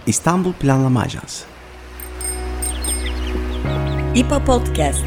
İstanbul Planlama Ajansı. İPA Podcast.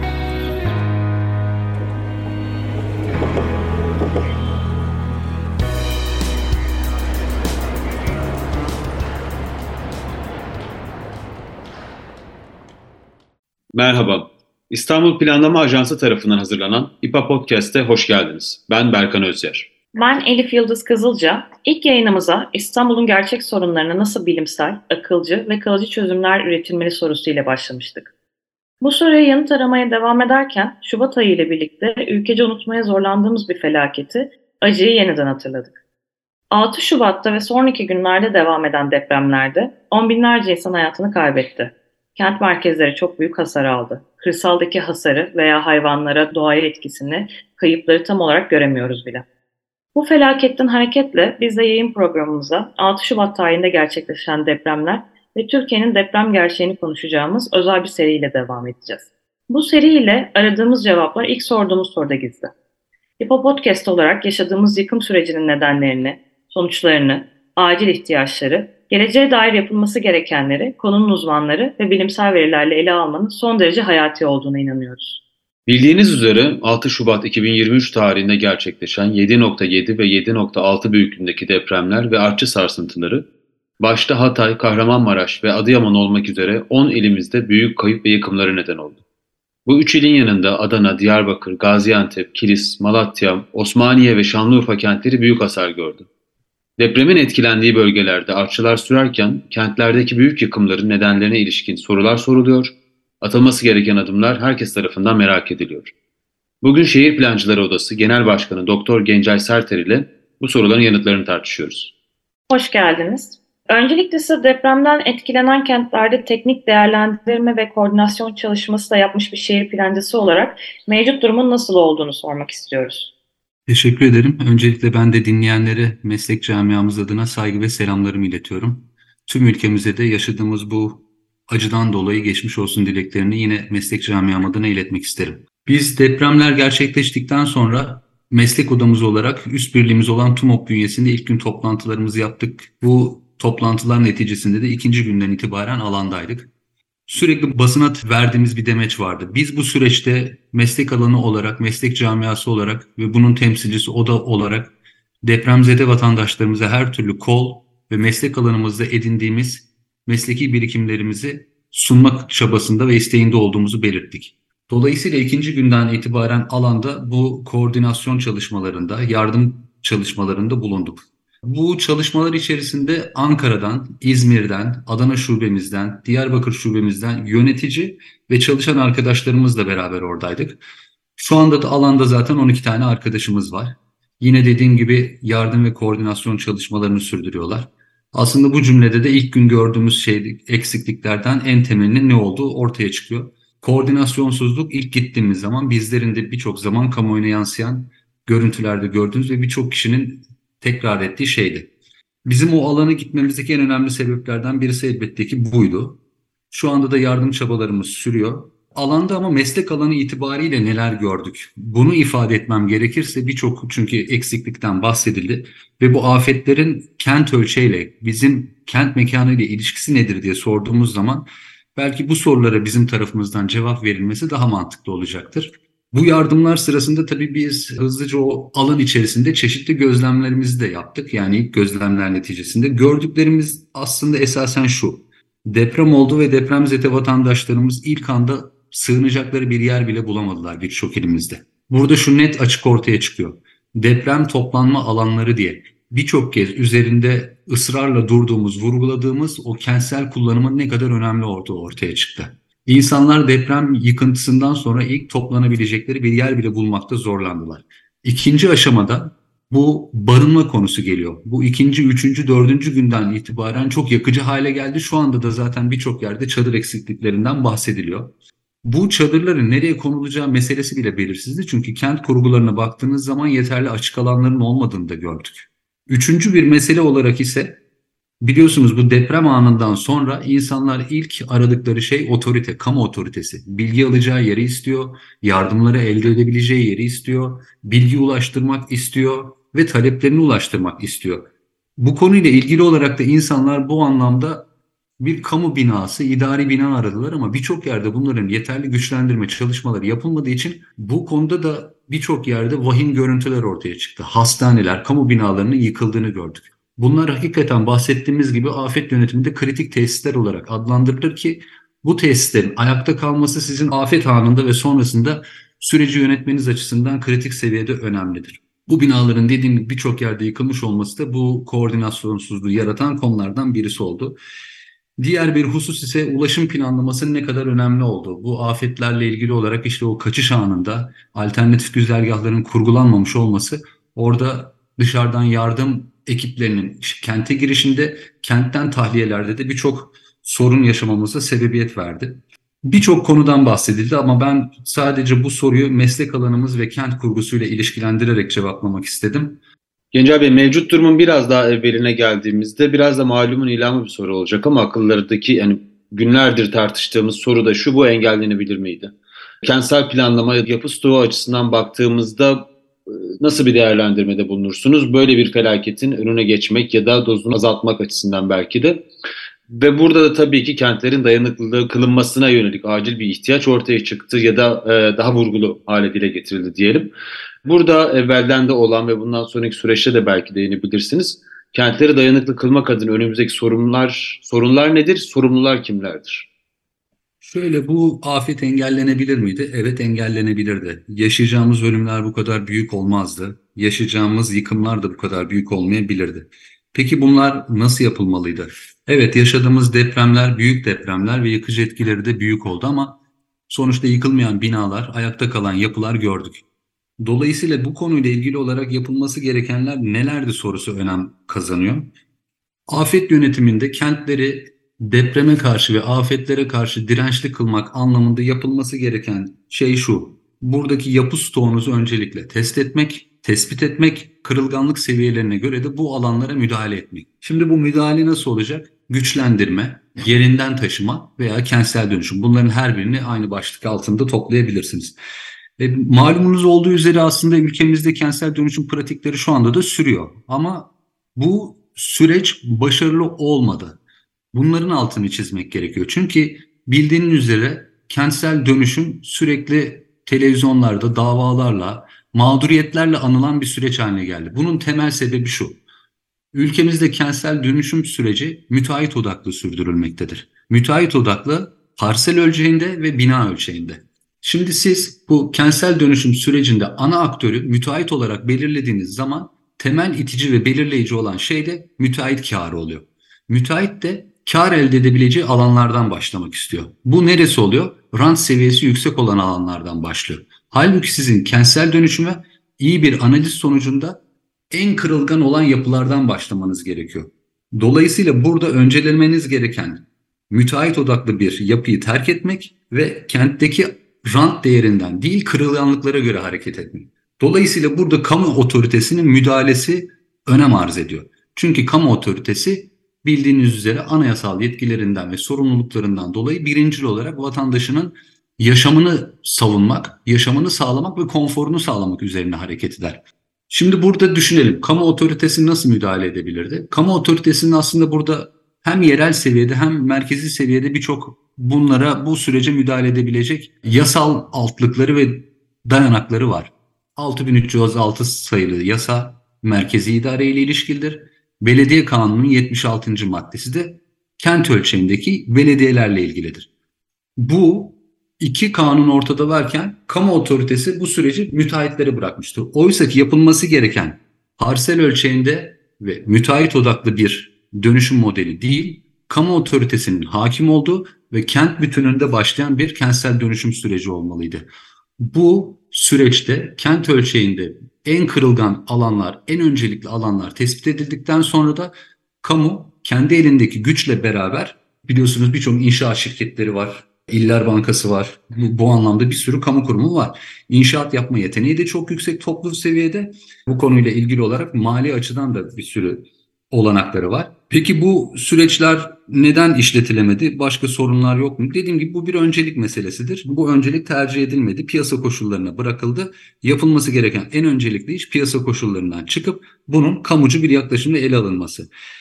Merhaba, İstanbul Planlama Ajansı tarafından hazırlanan İPA Podcast'e hoş geldiniz. Ben Berkan Özyer. Ben Elif Yıldız Kızılca. İlk yayınımıza İstanbul'un gerçek sorunlarına nasıl bilimsel, akılcı ve kalıcı çözümler üretilmeli sorusuyla başlamıştık. Bu soruya yanıt aramaya devam ederken Şubat ayı ile birlikte ülkece unutmaya zorlandığımız bir felaketi, acıyı yeniden hatırladık. 6 Şubat'ta ve sonraki günlerde devam eden depremlerde on binlerce insan hayatını kaybetti. Kent merkezleri çok büyük hasar aldı. Kırsaldaki hasarı veya hayvanlara, doğaya etkisini, kayıpları tam olarak göremiyoruz bile. Bu felaketten hareketle biz de yayın programımıza 6 Şubat tarihinde gerçekleşen depremler ve Türkiye'nin deprem gerçeğini konuşacağımız özel bir seriyle devam edeceğiz. Bu seriyle aradığımız cevaplar ilk sorduğumuz soruda gizli. İPA Podcast olarak yaşadığımız yıkım sürecinin nedenlerini, sonuçlarını, acil ihtiyaçları, geleceğe dair yapılması gerekenleri, konunun uzmanları ve bilimsel verilerle ele almanın son derece hayati olduğuna inanıyoruz. Bildiğiniz üzere 6 Şubat 2023 tarihinde gerçekleşen 7.7 ve 7.6 büyüklüğündeki depremler ve artçı sarsıntıları, başta Hatay, Kahramanmaraş ve Adıyaman olmak üzere 10 ilimizde büyük kayıp ve yıkımlara neden oldu. Bu üç ilin yanında Adana, Diyarbakır, Gaziantep, Kilis, Malatya, Osmaniye ve Şanlıurfa kentleri büyük hasar gördü. Depremin etkilendiği bölgelerde artçılar sürerken kentlerdeki büyük yıkımların nedenlerine ilişkin sorular soruluyor, atılması gereken adımlar herkes tarafından merak ediliyor. Bugün Şehir Plancıları Odası Genel Başkanı Doktor Gencay Serter ile bu soruların yanıtlarını tartışıyoruz. Hoş geldiniz. Öncelikle size depremden etkilenen kentlerde teknik değerlendirme ve koordinasyon çalışması da yapmış bir şehir plancısı olarak mevcut durumun nasıl olduğunu sormak istiyoruz. Teşekkür ederim. Öncelikle ben de dinleyenlere meslek camiamız adına saygı ve selamlarımı iletiyorum. Tüm ülkemize de yaşadığımız bu acıdan dolayı geçmiş olsun dileklerini yine meslek camiam adına iletmek isterim. Biz depremler gerçekleştikten sonra meslek odamız olarak üst birliğimiz olan TUMOP bünyesinde ilk gün toplantılarımızı yaptık. Bu toplantılar neticesinde de ikinci günden itibaren alandaydık. Sürekli basına verdiğimiz bir demeç vardı. Biz bu süreçte meslek alanı olarak, meslek camiası olarak ve bunun temsilcisi oda olarak depremzede vatandaşlarımıza her türlü kol ve meslek alanımızda edindiğimiz mesleki birikimlerimizi sunmak çabasında ve isteğinde olduğumuzu belirttik. Dolayısıyla ikinci günden itibaren alanda bu koordinasyon çalışmalarında, yardım çalışmalarında bulunduk. Bu çalışmalar içerisinde Ankara'dan, İzmir'den, Adana şubemizden, Diyarbakır şubemizden yönetici ve çalışan arkadaşlarımızla beraber oradaydık. Şu anda da alanda zaten 12 tane arkadaşımız var. Yine dediğim gibi yardım ve koordinasyon çalışmalarını sürdürüyorlar. Aslında bu cümlede de ilk gün gördüğümüz eksikliklerden en temelinin ne olduğu ortaya çıkıyor. Koordinasyonsuzluk ilk gittiğimiz zaman bizlerin de birçok zaman kamuoyuna yansıyan görüntülerde gördüğümüz ve birçok kişinin tekrar ettiği şeydi. Bizim o alana gitmemizdeki en önemli sebeplerden birisi elbette ki buydu. Şu anda da yardım çabalarımız sürüyor. Alanda ama meslek alanı itibariyle neler gördük? Bunu ifade etmem gerekirse birçok çünkü eksiklikten bahsedildi ve bu afetlerin kent ölçeğiyle bizim kent mekanı ile ilişkisi nedir diye sorduğumuz zaman belki bu sorulara bizim tarafımızdan cevap verilmesi daha mantıklı olacaktır. Bu yardımlar sırasında tabii biz hızlıca o alan içerisinde çeşitli gözlemlerimizi de yaptık. Yani ilk gözlemler neticesinde gördüklerimiz aslında esasen şu. Deprem oldu ve depremzede vatandaşlarımız ilk anda sığınacakları bir yer bile bulamadılar birçok ilimizde. Burada şu net açık ortaya çıkıyor. Deprem toplanma alanları diye birçok kez üzerinde ısrarla durduğumuz, vurguladığımız o kentsel kullanımın ne kadar önemli olduğu ortaya çıktı. İnsanlar deprem yıkıntısından sonra ilk toplanabilecekleri bir yer bile bulmakta zorlandılar. İkinci aşamada bu barınma konusu geliyor. Bu ikinci, üçüncü, dördüncü günden itibaren çok yakıcı hale geldi. Şu anda da zaten birçok yerde çadır eksikliklerinden bahsediliyor. Bu çadırların nereye konulacağı meselesi bile belirsizdi. Çünkü kent kurgularına baktığınız zaman yeterli açık alanların olmadığını da gördük. Üçüncü bir mesele olarak ise biliyorsunuz bu deprem anından sonra insanlar ilk aradıkları şey otorite, kamu otoritesi. Bilgi alacağı yeri istiyor, yardımları elde edebileceği yeri istiyor, bilgi ulaştırmak istiyor ve taleplerini ulaştırmak istiyor. Bu konuyla ilgili olarak da insanlar bu anlamda bir kamu binası, idari bina aradılar ama birçok yerde bunların yeterli güçlendirme çalışmaları yapılmadığı için bu konuda da birçok yerde vahim görüntüler ortaya çıktı. Hastaneler, kamu binalarının yıkıldığını gördük. Bunlar hakikaten bahsettiğimiz gibi afet yönetiminde kritik tesisler olarak adlandırılır ki bu tesislerin ayakta kalması sizin afet anında ve sonrasında süreci yönetmeniz açısından kritik seviyede önemlidir. Bu binaların dediğim gibi birçok yerde yıkılmış olması da bu koordinasyonsuzluğu yaratan konulardan birisi oldu. Diğer bir husus ise ulaşım planlamasının ne kadar önemli olduğu. Bu afetlerle ilgili olarak işte o kaçış anında alternatif güzergahların kurgulanmamış olması orada dışarıdan yardım ekiplerinin kente girişinde, kentten tahliyelerde de birçok sorun yaşamamıza sebebiyet verdi. Birçok konudan bahsedildi ama ben sadece bu soruyu meslek alanımız ve kent kurgusuyla ilişkilendirerek cevaplamak istedim. Gencer Bey, mevcut durumun biraz daha evveline geldiğimizde biraz da malumun ilamı bir soru olacak ama akıllardaki yani günlerdir tartıştığımız soru da şu: bu engellenebilir miydi? Kentsel planlama yapı stoğu açısından baktığımızda nasıl bir değerlendirmede bulunursunuz? Böyle bir felaketin önüne geçmek ya da dozunu azaltmak açısından belki de. Ve burada da tabii ki kentlerin dayanıklılığı kılınmasına yönelik acil bir ihtiyaç ortaya çıktı ya da daha vurgulu hale dile getirildi diyelim. Burada evvelden de olan ve bundan sonraki süreçte de belki değinebilirsiniz. Kentleri dayanıklı kılmak adına önümüzdeki sorunlar nedir? Sorumlular kimlerdir? Şöyle, bu afet engellenebilir miydi? Evet, engellenebilirdi. Yaşayacağımız ölümler bu kadar büyük olmazdı. Yaşayacağımız yıkımlar da bu kadar büyük olmayabilirdi. Peki bunlar nasıl yapılmalıydı? Evet, yaşadığımız depremler büyük depremler ve yıkıcı etkileri de büyük oldu ama sonuçta yıkılmayan binalar, ayakta kalan yapılar gördük. Dolayısıyla bu konuyla ilgili olarak yapılması gerekenler nelerdi sorusu önem kazanıyor. Afet yönetiminde kentleri depreme karşı ve afetlere karşı dirençli kılmak anlamında yapılması gereken şey şu: buradaki yapı stoğunuzu öncelikle tespit etmek, kırılganlık seviyelerine göre de bu alanlara müdahale etmek. Şimdi bu müdahale nasıl olacak? Güçlendirme, yerinden taşıma veya kentsel dönüşüm. Bunların her birini aynı başlık altında toplayabilirsiniz. Malumunuz olduğu üzere aslında ülkemizde kentsel dönüşüm pratikleri şu anda da sürüyor. Ama bu süreç başarılı olmadı. Bunların altını çizmek gerekiyor. Çünkü bildiğiniz üzere kentsel dönüşüm sürekli televizyonlarda davalarla, mağduriyetlerle anılan bir süreç haline geldi. Bunun temel sebebi şu: ülkemizde kentsel dönüşüm süreci müteahhit odaklı sürdürülmektedir. Müteahhit odaklı parsel ölçeğinde ve bina ölçeğinde. Şimdi siz bu kentsel dönüşüm sürecinde ana aktörü müteahhit olarak belirlediğiniz zaman temel itici ve belirleyici olan şey de müteahhit kârı oluyor. Müteahhit de kâr elde edebileceği alanlardan başlamak istiyor. Bu neresi oluyor? Rant seviyesi yüksek olan alanlardan başlıyor. Halbuki sizin kentsel dönüşüme iyi bir analiz sonucunda en kırılgan olan yapılardan başlamanız gerekiyor. Dolayısıyla burada öncelemeniz gereken müteahhit odaklı bir yapıyı terk etmek ve kentteki rant değerinden değil kırılganlıklara göre hareket etmek. Dolayısıyla burada kamu otoritesinin müdahalesi önem arz ediyor. Çünkü kamu otoritesi bildiğiniz üzere anayasal yetkilerinden ve sorumluluklarından dolayı birincil olarak vatandaşının yaşamını savunmak, yaşamını sağlamak ve konforunu sağlamak üzerine hareket eder. Şimdi burada düşünelim, kamu otoritesi nasıl müdahale edebilirdi? Kamu otoritesinin aslında burada hem yerel seviyede hem merkezi seviyede birçok bu sürece müdahale edebilecek yasal altlıkları ve dayanakları var. 6306 sayılı yasa merkezi idare ile ilişkilidir. Belediye Kanunu'nun 76. maddesi de kent ölçeğindeki belediyelerle ilgilidir. Bu iki kanun ortada varken kamu otoritesi bu süreci müteahhitlere bırakmıştır. Oysa ki yapılması gereken parsel ölçeğinde ve müteahhit odaklı bir dönüşüm modeli değil, kamu otoritesinin hakim olduğu ve kent bütününde başlayan bir kentsel dönüşüm süreci olmalıydı. Bu süreçte kent ölçeğinde en kırılgan alanlar, en öncelikli alanlar tespit edildikten sonra da kamu kendi elindeki güçle beraber, biliyorsunuz birçok inşaat şirketleri var, İller Bankası var. Bu anlamda bir sürü kamu kurumu var. İnşaat yapma yeteneği de çok yüksek toplu seviyede. Bu konuyla ilgili olarak mali açıdan da bir sürü olanakları var. Peki bu süreçler neden işletilemedi? Başka sorunlar yok mu? Dediğim gibi bu bir öncelik meselesidir. Bu öncelik tercih edilmedi. Piyasa koşullarına bırakıldı. Yapılması gereken en öncelikli iş piyasa koşullarından çıkıp bunun kamucu bir yaklaşımla ele alınması.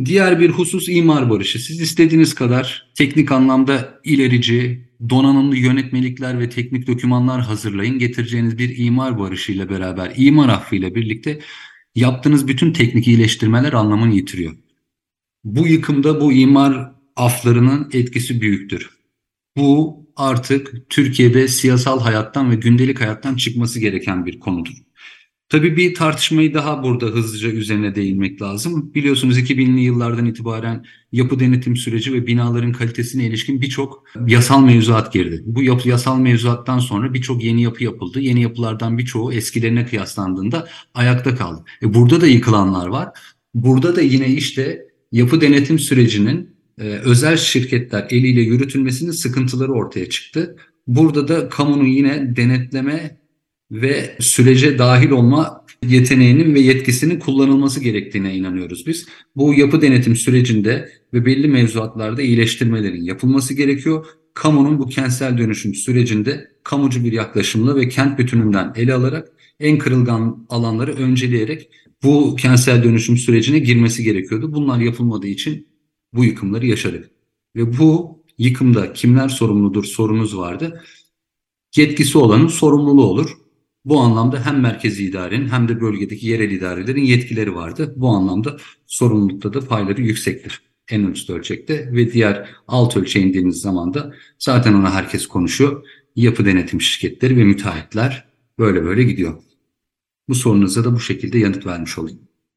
Diğer bir husus imar barışı. Siz istediğiniz kadar teknik anlamda ilerici, donanımlı yönetmelikler ve teknik dokümanlar hazırlayın. Getireceğiniz bir imar barışıyla beraber, imar affıyla birlikte yaptığınız bütün teknik iyileştirmeler anlamını yitiriyor. Bu yıkımda bu imar aflarının etkisi büyüktür. Bu artık Türkiye'de siyasal hayattan ve gündelik hayattan çıkması gereken bir konudur. Tabii bir tartışmayı daha burada hızlıca üzerine değinmek lazım. Biliyorsunuz 2000'li yıllardan itibaren yapı denetim süreci ve binaların kalitesine ilişkin birçok yasal mevzuat girdi. Bu yasal mevzuattan sonra birçok yeni yapı yapıldı. Yeni yapılardan birçoğu eskilerine kıyaslandığında ayakta kaldı. Burada da yıkılanlar var. Burada da yine işte yapı denetim sürecinin özel şirketler eliyle yürütülmesinin sıkıntıları ortaya çıktı. Burada da kamunun yine denetleme ve sürece dahil olma yeteneğinin ve yetkisinin kullanılması gerektiğine inanıyoruz biz. Bu yapı denetim sürecinde ve belli mevzuatlarda iyileştirmelerin yapılması gerekiyor. Kamunun bu kentsel dönüşüm sürecinde kamucu bir yaklaşımla ve kent bütününden ele alarak en kırılgan alanları önceleyerek bu kentsel dönüşüm sürecine girmesi gerekiyordu. Bunlar yapılmadığı için bu yıkımları yaşadık. Ve bu yıkımda kimler sorumludur sorunuz vardı. Yetkisi olanın sorumluluğu olur. Bu anlamda hem merkezi idarenin hem de bölgedeki yerel idarelerin yetkileri vardı. Bu anlamda sorumlulukta da payları yüksektir. En üst ölçekte ve diğer alt ölçeğe indiğimiz zaman da zaten ona herkes konuşuyor. Yapı denetim şirketleri ve müteahhitler böyle gidiyor. Bu sorunuza da bu şekilde yanıt vermiş olayım.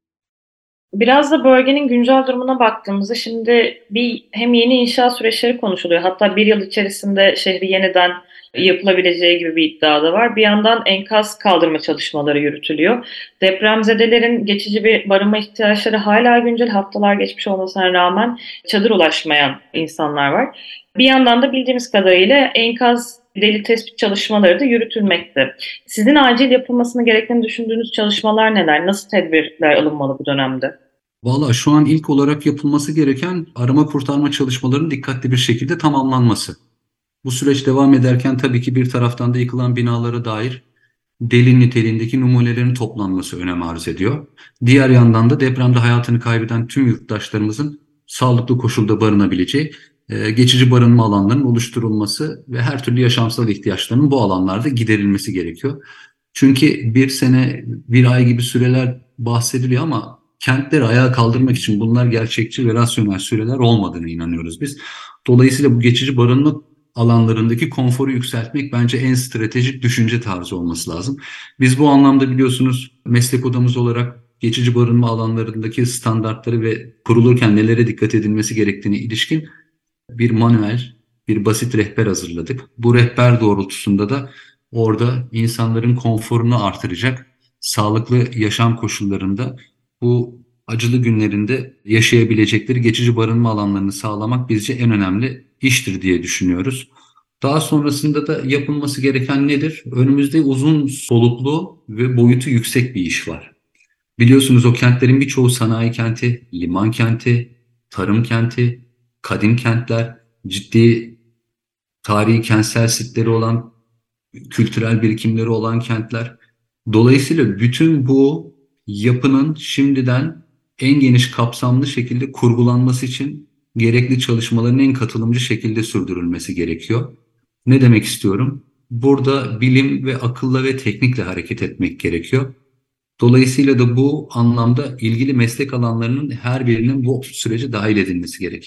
Biraz da bölgenin güncel durumuna baktığımızda şimdi hem yeni inşaat süreçleri konuşuluyor. Hatta bir yıl içerisinde şehri yeniden yapılabileceği gibi bir iddia da var. Bir yandan enkaz kaldırma çalışmaları yürütülüyor. Depremzedelerin geçici bir barınma ihtiyaçları hala güncel, haftalar geçmiş olmasına rağmen çadır ulaşmayan insanlar var. Bir yandan da bildiğimiz kadarıyla enkaz delil tespit çalışmaları da yürütülmekte. Sizin acil yapılmasını gerektiğini düşündüğünüz çalışmalar neler? Nasıl tedbirler alınmalı bu dönemde? Valla şu an ilk olarak yapılması gereken arama kurtarma çalışmalarının dikkatli bir şekilde tamamlanması. Bu süreç devam ederken tabii ki bir taraftan da yıkılan binalara dair delil niteliğindeki numunelerin toplanması önem arz ediyor. Diğer yandan da depremde hayatını kaybeden tüm yurttaşlarımızın sağlıklı koşulda barınabileceği geçici barınma alanlarının oluşturulması ve her türlü yaşamsal ihtiyaçlarının bu alanlarda giderilmesi gerekiyor. Çünkü bir sene, bir ay gibi süreler bahsediliyor ama kentleri ayağa kaldırmak için bunlar gerçekçi ve rasyonel süreler olmadığını inanıyoruz biz. Dolayısıyla bu geçici barınma alanlarındaki konforu yükseltmek bence en stratejik düşünce tarzı olması lazım. Biz bu anlamda biliyorsunuz meslek odamız olarak geçici barınma alanlarındaki standartları ve kurulurken nelere dikkat edilmesi gerektiğine ilişkin bir manuel, bir basit rehber hazırladık. Bu rehber doğrultusunda da orada insanların konforunu artıracak, sağlıklı yaşam koşullarında bu acılı günlerinde yaşayabilecekleri geçici barınma alanlarını sağlamak bizce en önemli iştir diye düşünüyoruz. Daha sonrasında da yapılması gereken nedir? Önümüzde uzun soluklu ve boyutu yüksek bir iş var. Biliyorsunuz o kentlerin birçoğu sanayi kenti, liman kenti, tarım kenti, kadim kentler, ciddi tarihi kentsel sitleri olan, kültürel birikimleri olan kentler. Dolayısıyla bütün bu yapının şimdiden en geniş kapsamlı şekilde kurgulanması için gerekli çalışmaların en katılımcı şekilde sürdürülmesi gerekiyor. Ne demek istiyorum? Burada bilim ve akılla ve teknikle hareket etmek gerekiyor. Dolayısıyla da bu anlamda ilgili meslek alanlarının her birinin bu sürece dahil edilmesi gerek.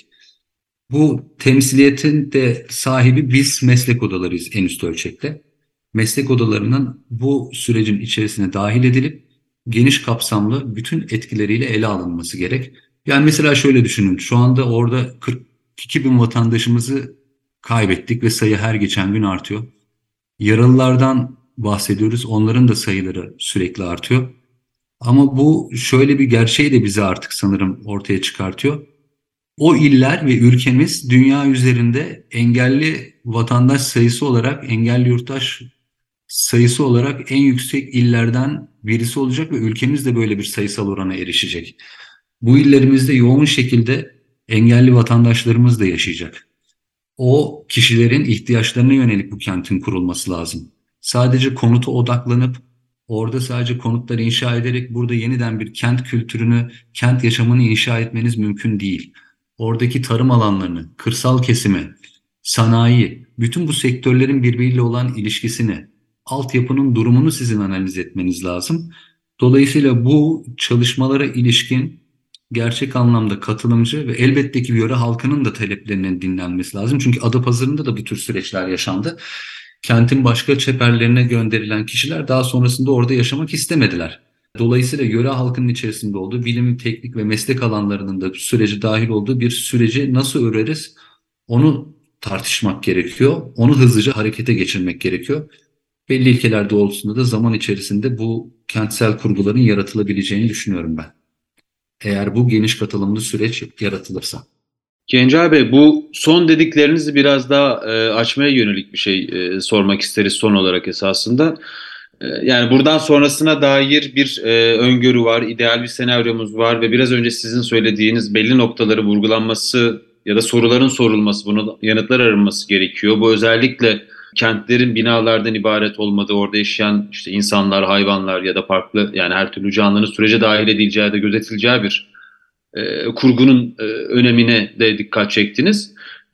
Bu temsiliyetin de sahibi biz meslek odalarıyız en üst ölçekte. Meslek odalarının bu sürecin içerisine dahil edilip geniş kapsamlı bütün etkileriyle ele alınması gerek. Yani mesela şöyle düşünün, şu anda orada 42 bin vatandaşımızı kaybettik ve sayı her geçen gün artıyor. Yaralılardan bahsediyoruz, onların da sayıları sürekli artıyor. Ama bu şöyle bir gerçeği de bize artık sanırım ortaya çıkartıyor. O iller ve ülkemiz dünya üzerinde engelli vatandaş sayısı olarak, engelli yurttaş sayısı olarak en yüksek illerden birisi olacak ve ülkemiz de böyle bir sayısal orana erişecek. Bu illerimizde yoğun şekilde engelli vatandaşlarımız da yaşayacak. O kişilerin ihtiyaçlarına yönelik bu kentin kurulması lazım. Sadece konuta odaklanıp Orada sadece konutları inşa ederek burada yeniden bir kent kültürünü, kent yaşamını inşa etmeniz mümkün değil. Oradaki tarım alanlarını, kırsal kesimi, sanayi, bütün bu sektörlerin birbiriyle olan ilişkisini, altyapının durumunu sizin analiz etmeniz lazım. Dolayısıyla bu çalışmalara ilişkin gerçek anlamda katılımcı ve elbette ki yöre halkının da taleplerinin dinlenmesi lazım. Çünkü Adapazarı'nda da bu tür süreçler yaşandı. Kentin başka çeperlerine gönderilen kişiler daha sonrasında orada yaşamak istemediler. Dolayısıyla yöre halkının içerisinde olduğu bilim, teknik ve meslek alanlarının da süreci dahil olduğu bir süreci nasıl öreriz? Onu tartışmak gerekiyor. Onu hızlıca harekete geçirmek gerekiyor. Belli ilkeler doğrultusunda da zaman içerisinde bu kentsel kurguların yaratılabileceğini düşünüyorum ben. Eğer bu geniş katılımlı süreç yaratılırsa. Gencay Bey, bu son dediklerinizi biraz daha açmaya yönelik bir şey sormak isteriz son olarak esasında. Yani buradan sonrasına dair bir öngörü var, ideal bir senaryomuz var ve biraz önce sizin söylediğiniz belli noktaları vurgulanması ya da soruların sorulması, buna yanıtlar aranması gerekiyor. Bu özellikle kentlerin binalardan ibaret olmadığı, orada yaşayan işte insanlar, hayvanlar ya da farklı yani her türlü canlının sürece dahil edileceği de gözetileceği bir kurgunun önemine de dikkat çektiniz.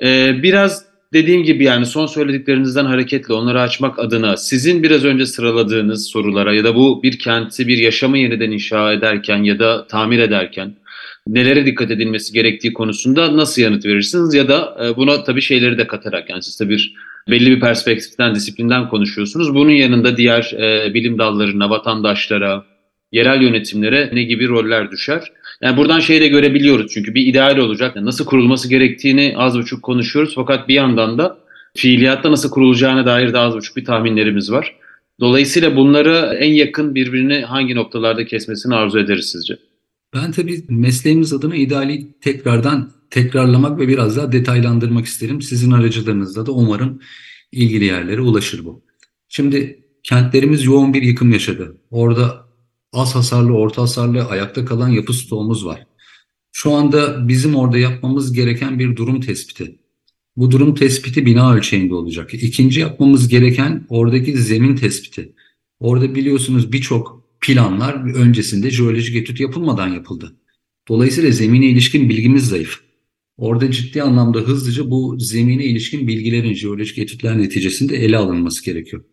Biraz dediğim gibi yani son söylediklerinizden hareketle onları açmak adına sizin biraz önce sıraladığınız sorulara ya da bu bir kenti, bir yaşamı yeniden inşa ederken ya da tamir ederken nelere dikkat edilmesi gerektiği konusunda nasıl yanıt verirsiniz? Ya da buna tabii şeyleri de katarak, yani siz de belli bir perspektiften, disiplinden konuşuyorsunuz. Bunun yanında diğer bilim dallarına, vatandaşlara, yerel yönetimlere ne gibi roller düşer? Yani buradan şeyi de görebiliyoruz çünkü bir ideal olacak. Yani nasıl kurulması gerektiğini az buçuk konuşuyoruz fakat bir yandan da fiiliyatta nasıl kurulacağına dair de az buçuk bir tahminlerimiz var. Dolayısıyla bunları en yakın birbirini hangi noktalarda kesmesini arzu ederiz sizce? Ben tabii mesleğimiz adına ideali tekrardan tekrarlamak ve biraz daha detaylandırmak isterim. Sizin aracılığınızla da umarım ilgili yerlere ulaşır bu. Şimdi kentlerimiz yoğun bir yıkım yaşadı. Orada az hasarlı, orta hasarlı, ayakta kalan yapı stoğumuz var. Şu anda bizim orada yapmamız gereken bir durum tespiti. Bu durum tespiti bina ölçeğinde olacak. İkinci yapmamız gereken oradaki zemin tespiti. Orada biliyorsunuz birçok planlar öncesinde jeolojik etüt yapılmadan yapıldı. Dolayısıyla zemine ilişkin bilgimiz zayıf. Orada ciddi anlamda hızlıca bu zemine ilişkin bilgilerin jeolojik etütler neticesinde ele alınması gerekiyor.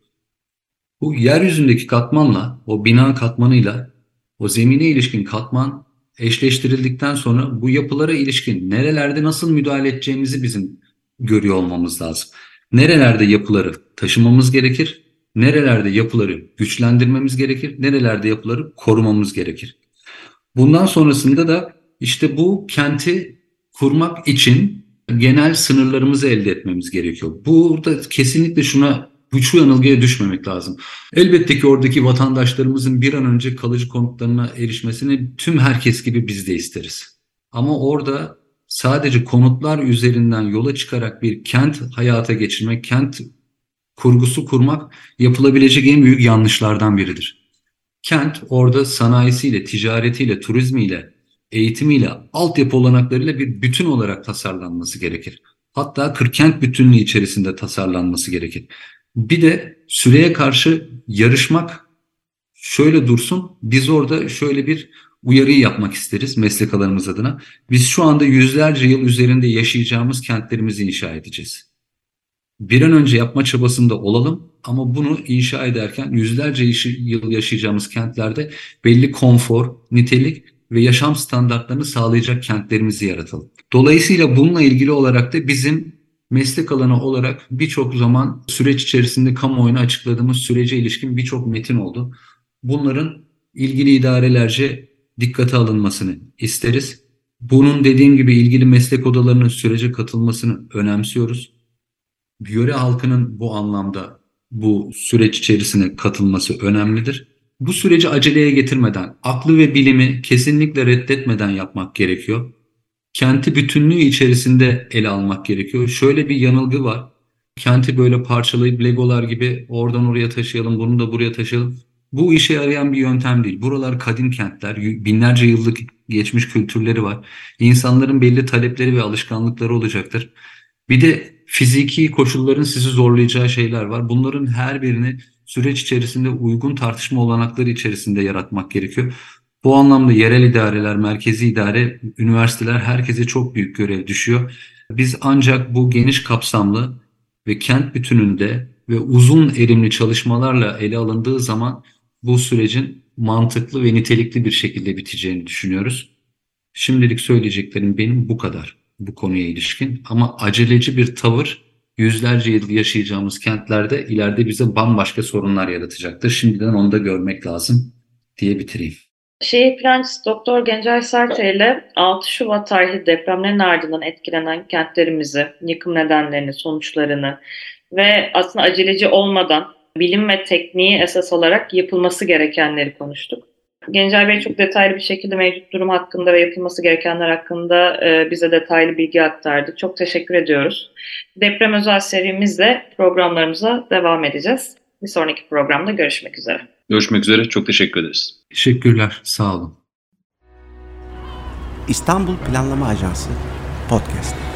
Bu yeryüzündeki katmanla, o bina katmanıyla o zemine ilişkin katman eşleştirildikten sonra bu yapılara ilişkin nerelerde nasıl müdahale edeceğimizi bizim görüyor olmamız lazım. Nerelerde yapıları taşımamız gerekir, nerelerde yapıları güçlendirmemiz gerekir, nerelerde yapıları korumamız gerekir. Bundan sonrasında da işte bu kenti kurmak için genel sınırlarımızı elde etmemiz gerekiyor. Burada kesinlikle şu yanılgıya düşmemek lazım. Elbette ki oradaki vatandaşlarımızın bir an önce kalıcı konutlarına erişmesini tüm herkes gibi biz de isteriz. Ama orada sadece konutlar üzerinden yola çıkarak bir kent hayata geçirmek, kent kurgusu kurmak yapılabilecek en büyük yanlışlardan biridir. Kent orada sanayisiyle, ticaretiyle, turizmiyle, eğitimiyle, altyapı olanaklarıyla bir bütün olarak tasarlanması gerekir. Hatta kırkent bütünlüğü içerisinde tasarlanması gerekir. Bir de süreye karşı yarışmak şöyle dursun, biz orada şöyle bir uyarıyı yapmak isteriz meslek alanımız adına. Biz şu anda yüzlerce yıl üzerinde yaşayacağımız kentlerimizi inşa edeceğiz. Bir an önce yapma çabasında olalım ama bunu inşa ederken yüzlerce yıl yaşayacağımız kentlerde belli konfor, nitelik ve yaşam standartlarını sağlayacak kentlerimizi yaratalım. Dolayısıyla bununla ilgili olarak da bizim meslek alanı olarak birçok zaman süreç içerisinde kamuoyuna açıkladığımız sürece ilişkin birçok metin oldu. Bunların ilgili idarelerce dikkate alınmasını isteriz. Bunun dediğim gibi ilgili meslek odalarının sürece katılmasını önemsiyoruz. Yöre halkının bu anlamda bu süreç içerisine katılması önemlidir. Bu süreci aceleye getirmeden, aklı ve bilimi kesinlikle reddetmeden yapmak gerekiyor. Kenti bütünlüğü içerisinde ele almak gerekiyor. Şöyle bir yanılgı var. Kenti böyle parçalayıp legolar gibi oradan oraya taşıyalım, bunu da buraya taşıyalım. Bu işe yarayan bir yöntem değil. Buralar kadim kentler, binlerce yıllık geçmiş kültürleri var. İnsanların belli talepleri ve alışkanlıkları olacaktır. Bir de fiziki koşulların sizi zorlayacağı şeyler var. Bunların her birini süreç içerisinde uygun tartışma olanakları içerisinde yaratmak gerekiyor. Bu anlamda yerel idareler, merkezi idare, üniversiteler, herkese çok büyük görev düşüyor. Biz ancak bu geniş kapsamlı ve kent bütününde ve uzun erimli çalışmalarla ele alındığı zaman bu sürecin mantıklı ve nitelikli bir şekilde biteceğini düşünüyoruz. Şimdilik söyleyeceklerim benim bu kadar bu konuya ilişkin. Ama aceleci bir tavır yüzlerce yıl yaşayacağımız kentlerde ileride bize bambaşka sorunlar yaratacaktır. Şimdiden onu da görmek lazım diye bitireyim. Şehir plancısı Doktor Gencay Sarte ile 6 Şubat tarihli depremlerin ardından etkilenen kentlerimizi, yıkım nedenlerini, sonuçlarını ve aslında aceleci olmadan bilim ve tekniği esas alarak yapılması gerekenleri konuştuk. Gencay Bey çok detaylı bir şekilde mevcut durum hakkında ve yapılması gerekenler hakkında bize detaylı bilgi aktardı. Çok teşekkür ediyoruz. Deprem özel serimizle programlarımıza devam edeceğiz. Bir sonraki programda görüşmek üzere. Görüşmek üzere. Çok teşekkür ederiz. Teşekkürler. Sağ olun. İstanbul Planlama Ajansı Podcast.